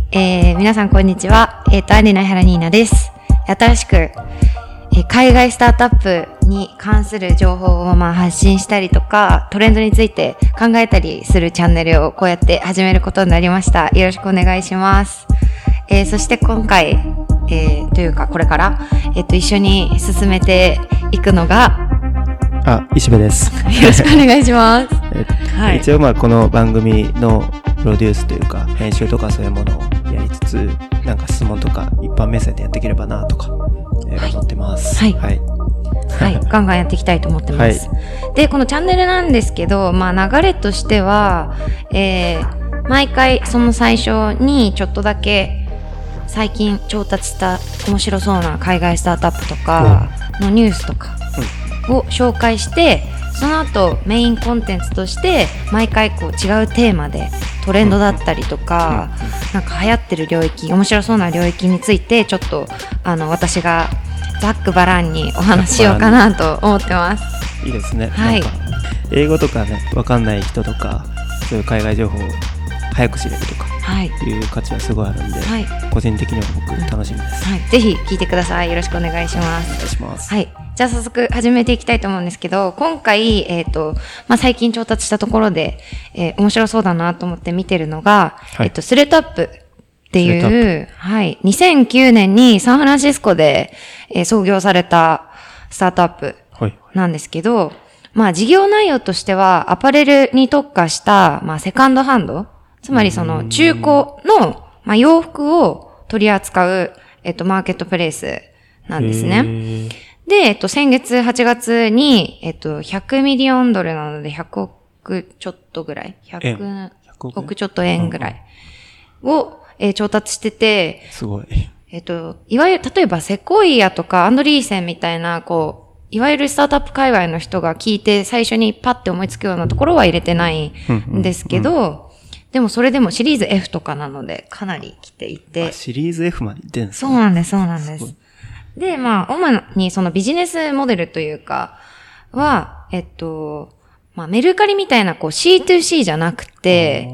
皆さんこんにちは。アリナハラニーナです。新しく、海外スタートアップに関する情報を発信したりとか、トレンドについて考えたりするチャンネルをこうやって始めることになりました。よろしくお願いします。そして今回、というかこれから、一緒に進めていくのが、 石部です。 よろしくお願いします。 はい、一応この番組のプロデュースというか編集とかそういうものをやりつつ、なんか質問とか一般目線でやっていければなとか、思ってます。 はい。はい。はい。ガンガンやっていきたいと思ってます。はい、で、このチャンネルなんですけど、流れとしては、毎回その最初にちょっとだけ最近調達した面白そうな海外スタートアップとかのニュースとかを紹介して、その後メインコンテンツとして毎回こう違うテーマでトレンドだったりとか、なんか流行ってる領域、面白そうな領域についてちょっと私がざっくばらんにお話ししようかなと思ってます。 いいですね。 はい。 なんか英語とかね、わかんない人とか、そういう海外情報を早く知れるとか、いう価値はすごいあるんで、はい、個人的には僕楽しみです。 はい。ぜひ聞いてください。よろしくお願いします。 お願いします。 はい。じゃあ早速始めていきたいと思うんですけど、今回、最近調達したところで、面白そうだなと思って見てるのが、はい、スレッドアップっていう、はい、2009年にサンフランシスコで、創業されたスタートアップなんですけど、事業内容としてはアパレルに特化した、セカンドハンド、つまりその中古の、洋服を取り扱う、マーケットプレイスなんですね。で、先月8月に、100ミリオンドルなので100億ちょっとぐらい、100億ちょっと円ぐらいを、調達してて、 すごい。 いわゆる、例えばセコイアとかアンドリーセンみたいな、いわゆるスタートアップ界隈の人が聞いて最初にパッて思いつくようなところは入れてないんですけど、でもそれでもシリーズ F とかなのでかなり来ていて。 シリーズ F までいってんですか？ そうなんです、そうなんです。で、主にそのビジネスモデルというかは、メルカリみたいなC2C じゃなくて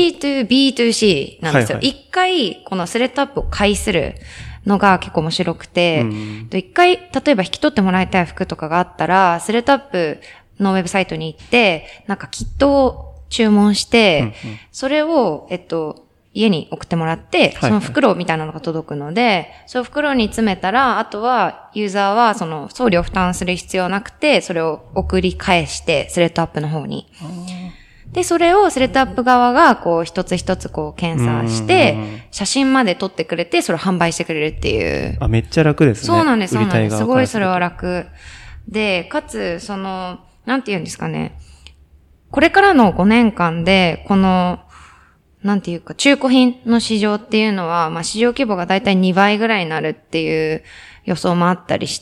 C2B2C なんですよ。一回このスレッドアップを介するのが結構面白くて、一回例えば引き取ってもらいたい服とかがあったら、スレッドアップのウェブサイトに行って、なんかキットを注文して、それを、家に送ってもらって、その袋みたいなのが届くので、その袋に詰めたら、あとはユーザーはその送料負担する必要なくて、それを送り返して、スレッドアップの方に。で、それをスレッドアップ側が一つ一つ検査して、写真まで撮ってくれて、それを販売してくれるっていう。 めっちゃ楽ですね。 そうなんです、そうなんです。すごいそれは楽。で、かつ、なんて言うんですかね。これからの5年間で、なんていうか、中古品の市場っていうのは、市場規模がだいたい2倍ぐらいになるっていう予想もあったりして、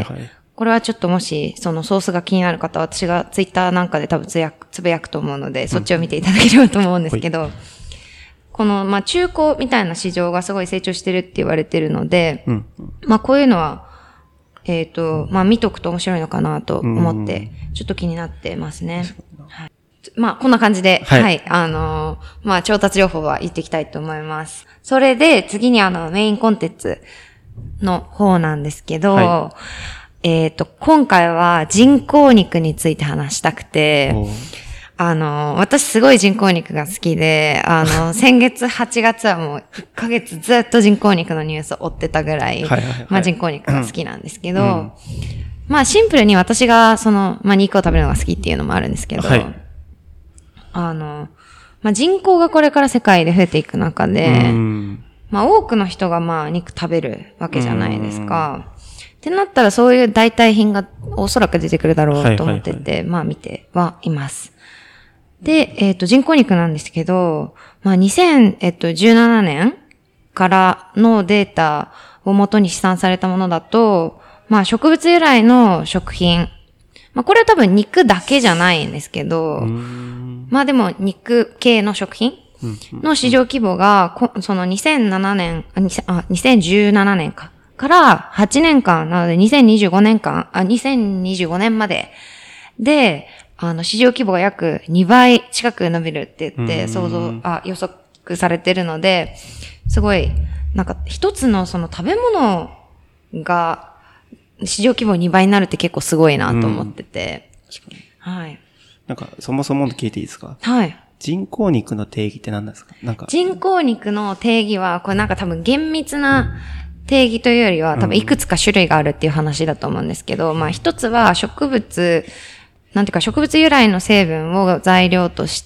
これはちょっともし、そのソースが気になる方は、私がツイッターなんかで多分つぶやくと思うので、そっちを見ていただければと思うんですけど、この、中古みたいな市場がすごい成長してるって言われてるので、こういうのは、見とくと面白いのかなと思って、ちょっと気になってますね。こんな感じで、調達情報は言っていきたいと思います。それで、次にメインコンテンツの方なんですけど、今回は人工肉について話したくて、私すごい人工肉が好きで、先月8月はもう1ヶ月ずっと人工肉のニュースを追ってたぐらい、人工肉が好きなんですけど、シンプルに私が肉を食べるのが好きっていうのもあるんですけど、人口がこれから世界で増えていく中で、多くの人が肉食べるわけじゃないですか。ってなったらそういう代替品がおそらく出てくるだろうと思ってて、見てはいます。で、人工肉なんですけど、2017年からのデータを元に試算されたものだと、植物由来の食品、これは多分肉だけじゃないんですけど、でも肉系の食品の市場規模が、その2017年から8年間なので2025年までで、市場規模が約2倍近く伸びるって言って予測されてるので、 すごい、なんか一つのその食べ物が市場規模2倍になるって結構すごいなと思ってて。はい。 なんか、そもそも聞いていいですか？ はい。 人工肉の定義って何なんですか？なんか。 人工肉の定義は、これなんか多分厳密な定義というよりは多分いくつか種類があるっていう話だと思うんですけど、まあ一つは植物由来の成分を材料として、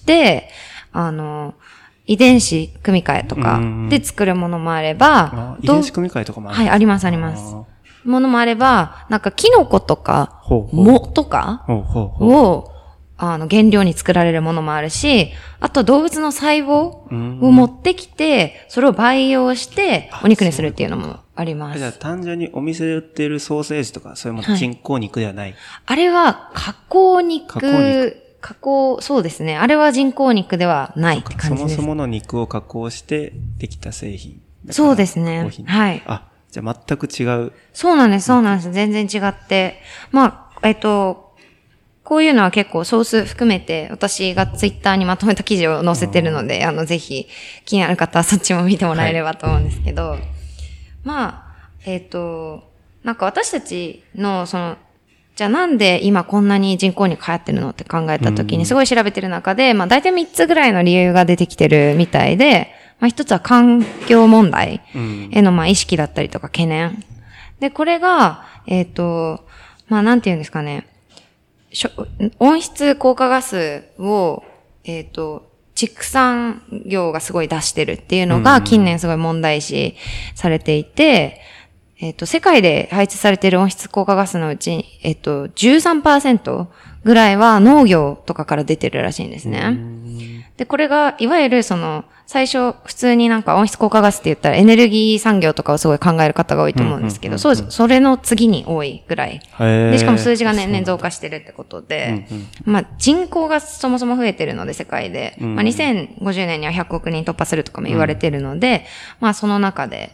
遺伝子組み換えとかで作るものもあれば、 遺伝子組み換えとかもある？ はい、あります、あります。ものもあれば、なんかキノコとか、藻とかを、原料に作られるものもあるし、あと動物の細胞を持ってきて、それを培養してお肉にするっていうのもあります。 じゃあ単純にお店で売ってるソーセージとか、そういうもの人工肉ではない？ あれは加工そうですね。あれは人工肉ではないって感じです。 そもそもの肉を加工してできた製品。 そうですね。はい。 じゃあ全く違う。 そうなんです、そうなんです。全然違って。まあ、こういうのは結構ソース含めて私がツイッターにまとめた記事を載せてるので、ぜひ気になる方はそっちも見てもらえればと思うんですけど、まあ、なんか私たちのじゃあなんで今こんなに人工肉流行ってるのって考えたときにすごい調べてる中で、まあ大体3つぐらいの理由が出てきてるみたいで、まあ一つは環境問題へのまあ意識だったりとか懸念。で、これが、まあなんて言うんですかね。温室効果ガスを、畜産業がすごい出してるっていうのが近年すごい問題視されていて、世界で排出されている温室効果ガスのうち、13% ぐらいは農業とかから出てるらしいんですね。で、これが、いわゆる最初、普通になんか温室効果ガスって言ったらエネルギー産業とかをすごい考える方が多いと思うんですけど、それの次に多いぐらい。で、しかも数字が年々増加してるってことで、まあ人口がそもそも増えてるので、世界で。まあ2050年には100億人突破するとかも言われてるので、まあその中で、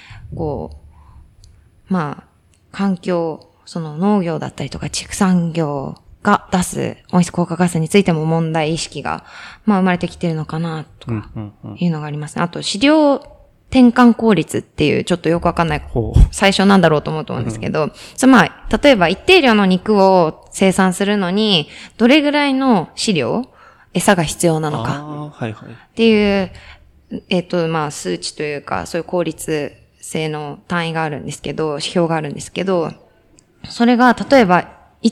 まあ、環境、農業だったりとか畜産業が出す温室効果ガスについても問題意識が、まあ生まれてきてるのかな、とか、いうのがありますね。あと、飼料転換効率っていう、ちょっとよくわかんない、最初なんだろうと思うんですけど、まあ、例えば一定量の肉を生産するのに、どれぐらいの飼料、餌が必要なのか、っていう、まあ、数値というか、そういう効率、性の単位があるんですけど、指標があるんですけど、それが例えば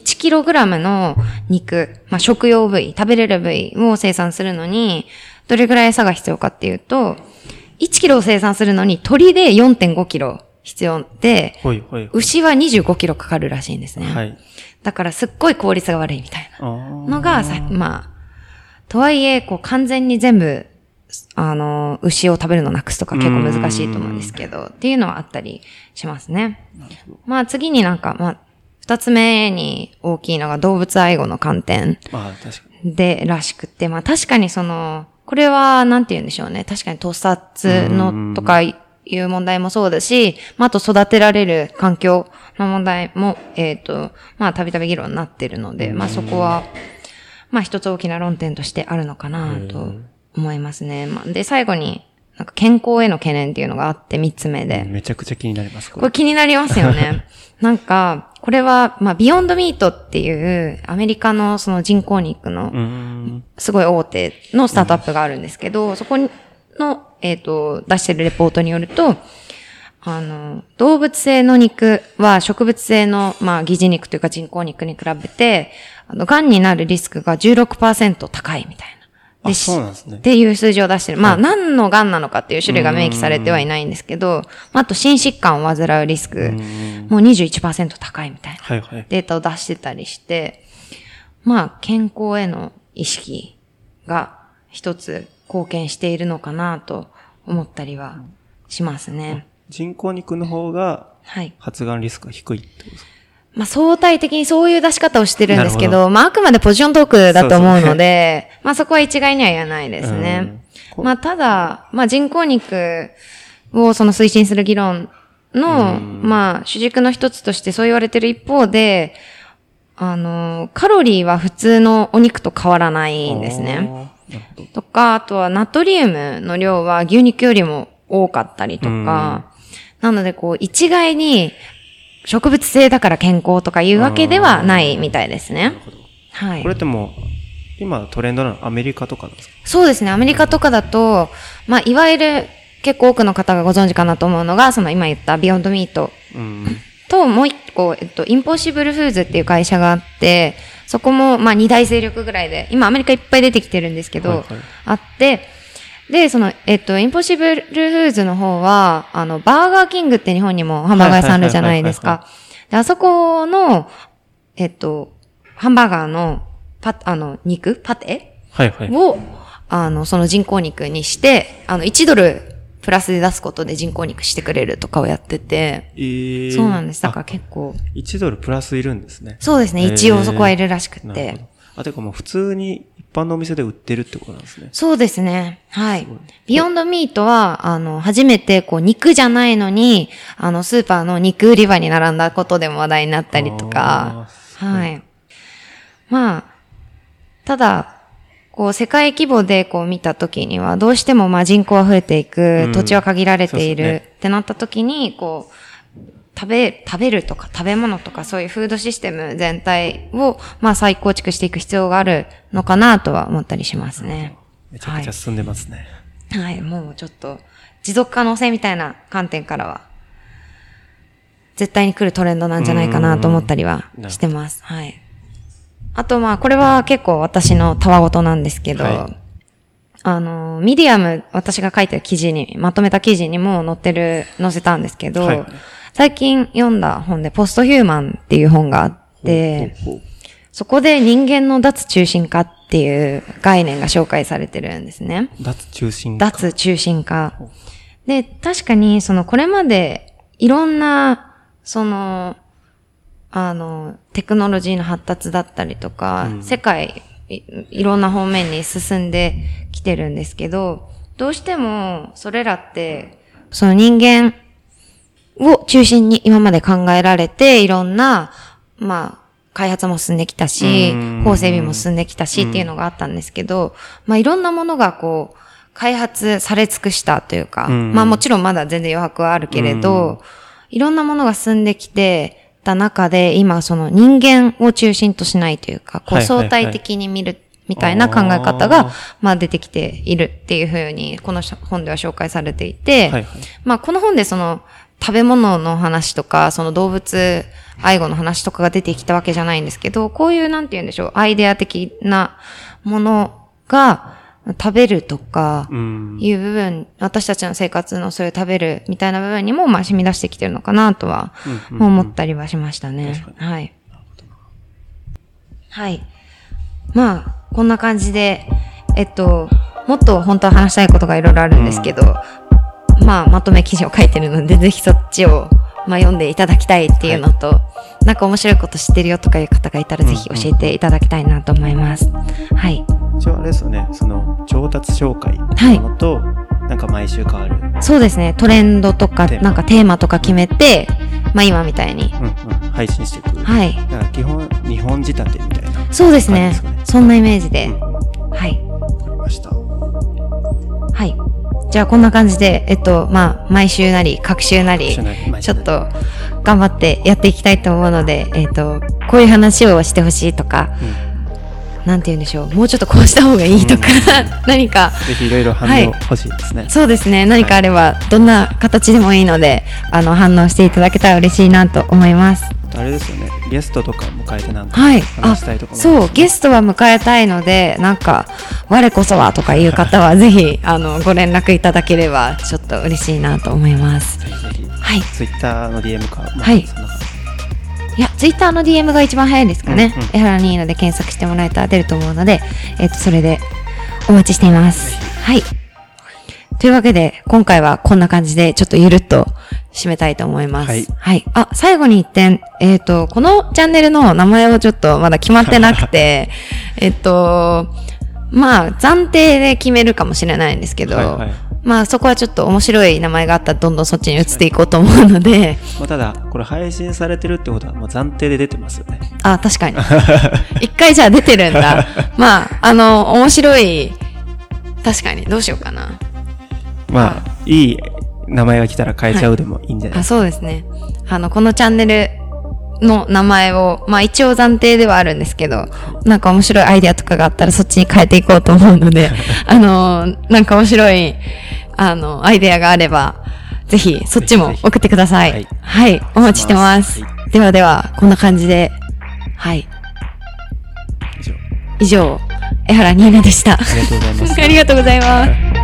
1kg の肉、まあ食用部位、食べれる部位を生産するのに、どれぐらい餌が必要かっていうと、1kg を生産するのに鳥で 4.5kg 必要で、牛は 25kg かかるらしいんですね。はい、だからすっごい効率が悪いみたいなのが、まあ、とはいえ、完全に全部、牛を食べるのをなくすとか結構難しいと思うんですけど、っていうのはあったりしますね。まあ次になんか、まあ、二つ目に大きいのが動物愛護の観点でらしくて、まあ確かにこれはなんて言うんでしょうね。確かに屠殺のとかいう問題もそうだし、まああと育てられる環境の問題も、まあたびたび議論になっているので、まあそこは、まあ一つ大きな論点としてあるのかなと思いますね。で、最後に、なんか健康への懸念っていうのがあって、3つ目で。 めちゃくちゃ気になります。 これ気になりますよね。なんか、これは、まあ、ビヨンドミートっていう、アメリカの人工肉の、すごい大手のスタートアップがあるんですけど、そこの、出してるレポートによると、動物性の肉は植物性の、まあ、疑似肉というか人工肉に比べて、癌になるリスクが 16% 高いみたいな。 そうなんですね。 っていう数字を出してる。まあ、何の癌なのかっていう種類が明記されてはいないんですけど、あと、心疾患を患うリスク、もう 21% 高いみたいなデータを出してたりして、まあ、健康への意識が一つ貢献しているのかなと思ったりはしますね。 人工肉の方が、発がんリスクが低いってことですか？ まあ相対的にそういう出し方をしてるんですけど、まああくまでポジショントークだと思うので、まあそこは一概には言えないですね。まあただ、まあ人工肉を推進する議論の、まあ主軸の一つとしてそう言われてる一方で、カロリーは普通のお肉と変わらないんですね。とか、あとはナトリウムの量は牛肉よりも多かったりとか、なのでこう一概に植物性だから健康とかいうわけではないみたいですね。はい。 これってもう今トレンドなのアメリカとかですか？ そうですね。アメリカとかだと、まあいわゆる結構多くの方がご存知かなと思うのが、その今言ったビヨンドミートともう一個、インポッシブルフーズっていう会社があって、そこもまあ2大勢力ぐらいで、今アメリカいっぱい出てきてるんですけど、はいはい、あって、で、その、インポッシブルフーズの方は、バーガーキングって日本にもハンバーガー屋さんあるじゃないですか。で、あそこの、ハンバーガーの肉パテはいはい。 を、その人工肉にして、$1プラスで出すことで人工肉してくれるとかをやってて。そうなんです。だから結構。 $1プラスいるんですね。 そうですね。一応そこはいるらしくて。 てかもう普通に一般のお店で売ってるってことなんですね。 そうですね。はい。ビヨンドミートは、初めてこう肉じゃないのに、スーパーの肉売り場に並んだことでも話題になったりとか。はい。まあ、ただ、こう世界規模でこう見たときには、どうしてもまあ人口は増えていく、土地は限られているってなったときに、こう、食べるとか食べ物とかそういうフードシステム全体をまあ再構築していく必要があるのかなとは思ったりしますね。 めちゃくちゃ進んでますね。 はい、もうちょっと持続可能性みたいな観点からは絶対に来るトレンドなんじゃないかなと思ったりはしてます。はい。あとまあこれは結構私のたわごとなんですけど、はい、ミディアム私が書いてる記事にまとめた記事にも載せたんですけど、はい、最近読んだ本でポストヒューマンっていう本があって、そこで人間の脱中心化っていう概念が紹介されてるんですね。 脱中心化。 脱中心化。で、確かにこれまでいろんな、テクノロジーの発達だったりとか、世界いろんな方面に進んできてるんですけど、どうしてもそれらって、その人間を中心に今まで考えられて、いろんな、まあ、開発も進んできたし、法整備も進んできたしっていうのがあったんですけど、まあいろんなものがこう、開発され尽くしたというか、まあもちろんまだ全然余白はあるけれど、いろんなものが進んできてた中で、今その人間を中心としないというか、こう相対的に見るみたいな考え方が、まあ出てきているっていうふうに、この本では紹介されていて、まあこの本で食べ物の話とか、動物愛護の話とかが出てきたわけじゃないんですけど、こういうなんて言うんでしょう、アイデア的なものが食べるとかいう部分、私たちの生活のそういう食べるみたいな部分にもまあ染み出してきてるのかなとは思ったりはしましたね。はい。はい。まあ、こんな感じで、もっと本当は話したいことがいろいろあるんですけど、まあ、まとめ記事を書いてるので、ぜひそっちを、まあ、読んでいただきたいっていうのと、なんか面白いこと知ってるよとかいう方がいたら、ぜひ教えていただきたいなと思います。はい。 一応あれですよね、調達紹介のもと、なんか毎週変わる。 そうですね、トレンドとか、なんかテーマとか決めて、まあ今みたいに。 配信していく。 はい。 だから基本、日本仕立てみたいな。 そうですね。そんなイメージで。はい。 わかりました。 はい。じゃあこんな感じで、まあ、毎週なり、各週なり、ちょっと頑張ってやっていきたいと思うので、こういう話をしてほしいとか、なんて言うんでしょう、もうちょっとこうした方がいいとか、何か。 ぜひいろいろ反応欲しいですね。 そうですね。何かあれば、どんな形でもいいので、反応していただけたら嬉しいなと思います。 あれですよね、ゲストとか迎えてなんか話したいとかも、 そう、ゲストは迎えたいので、なんか、我こそはとかいう方は、ぜひ、ご連絡いただければ、ちょっと嬉しいなと思います。 ぜひぜひ。 はい。 ツイッターの DM か。 はい。いや、ツイッターの DM が一番早いですかね。エハラニーナで検索してもらえたら出ると思うので、それでお待ちしています。はい。というわけで、今回はこんな感じで、ちょっとゆるっと締めたいと思います。はい。はい。あ、最後に一点、このチャンネルの名前をちょっとまだ決まってなくて、まあ、暫定で決めるかもしれないんですけど、まあそこはちょっと面白い名前があったらどんどんそっちに移っていこうと思うので。 まあただ、これ配信されてるってことはもう暫定で出てますよね。 あ、確かに。一回じゃあ出てるんだ。まあ、面白い、確かに、どうしようかな。 まあ、いい名前が来たら変えちゃうでもいいんじゃないですか。 そうですね。このチャンネルの名前を、一応暫定ではあるんですけど、なんか面白いアイデアとかがあったらそっちに変えていこうと思うので、なんか面白い、アイデアがあれば、ぜひそっちも送ってください。はい、はい、お待ちしてます。はい、ではでは、こんな感じで、はい。以上、江原ニーナでした。 ありがとうございます。 ありがとうございます。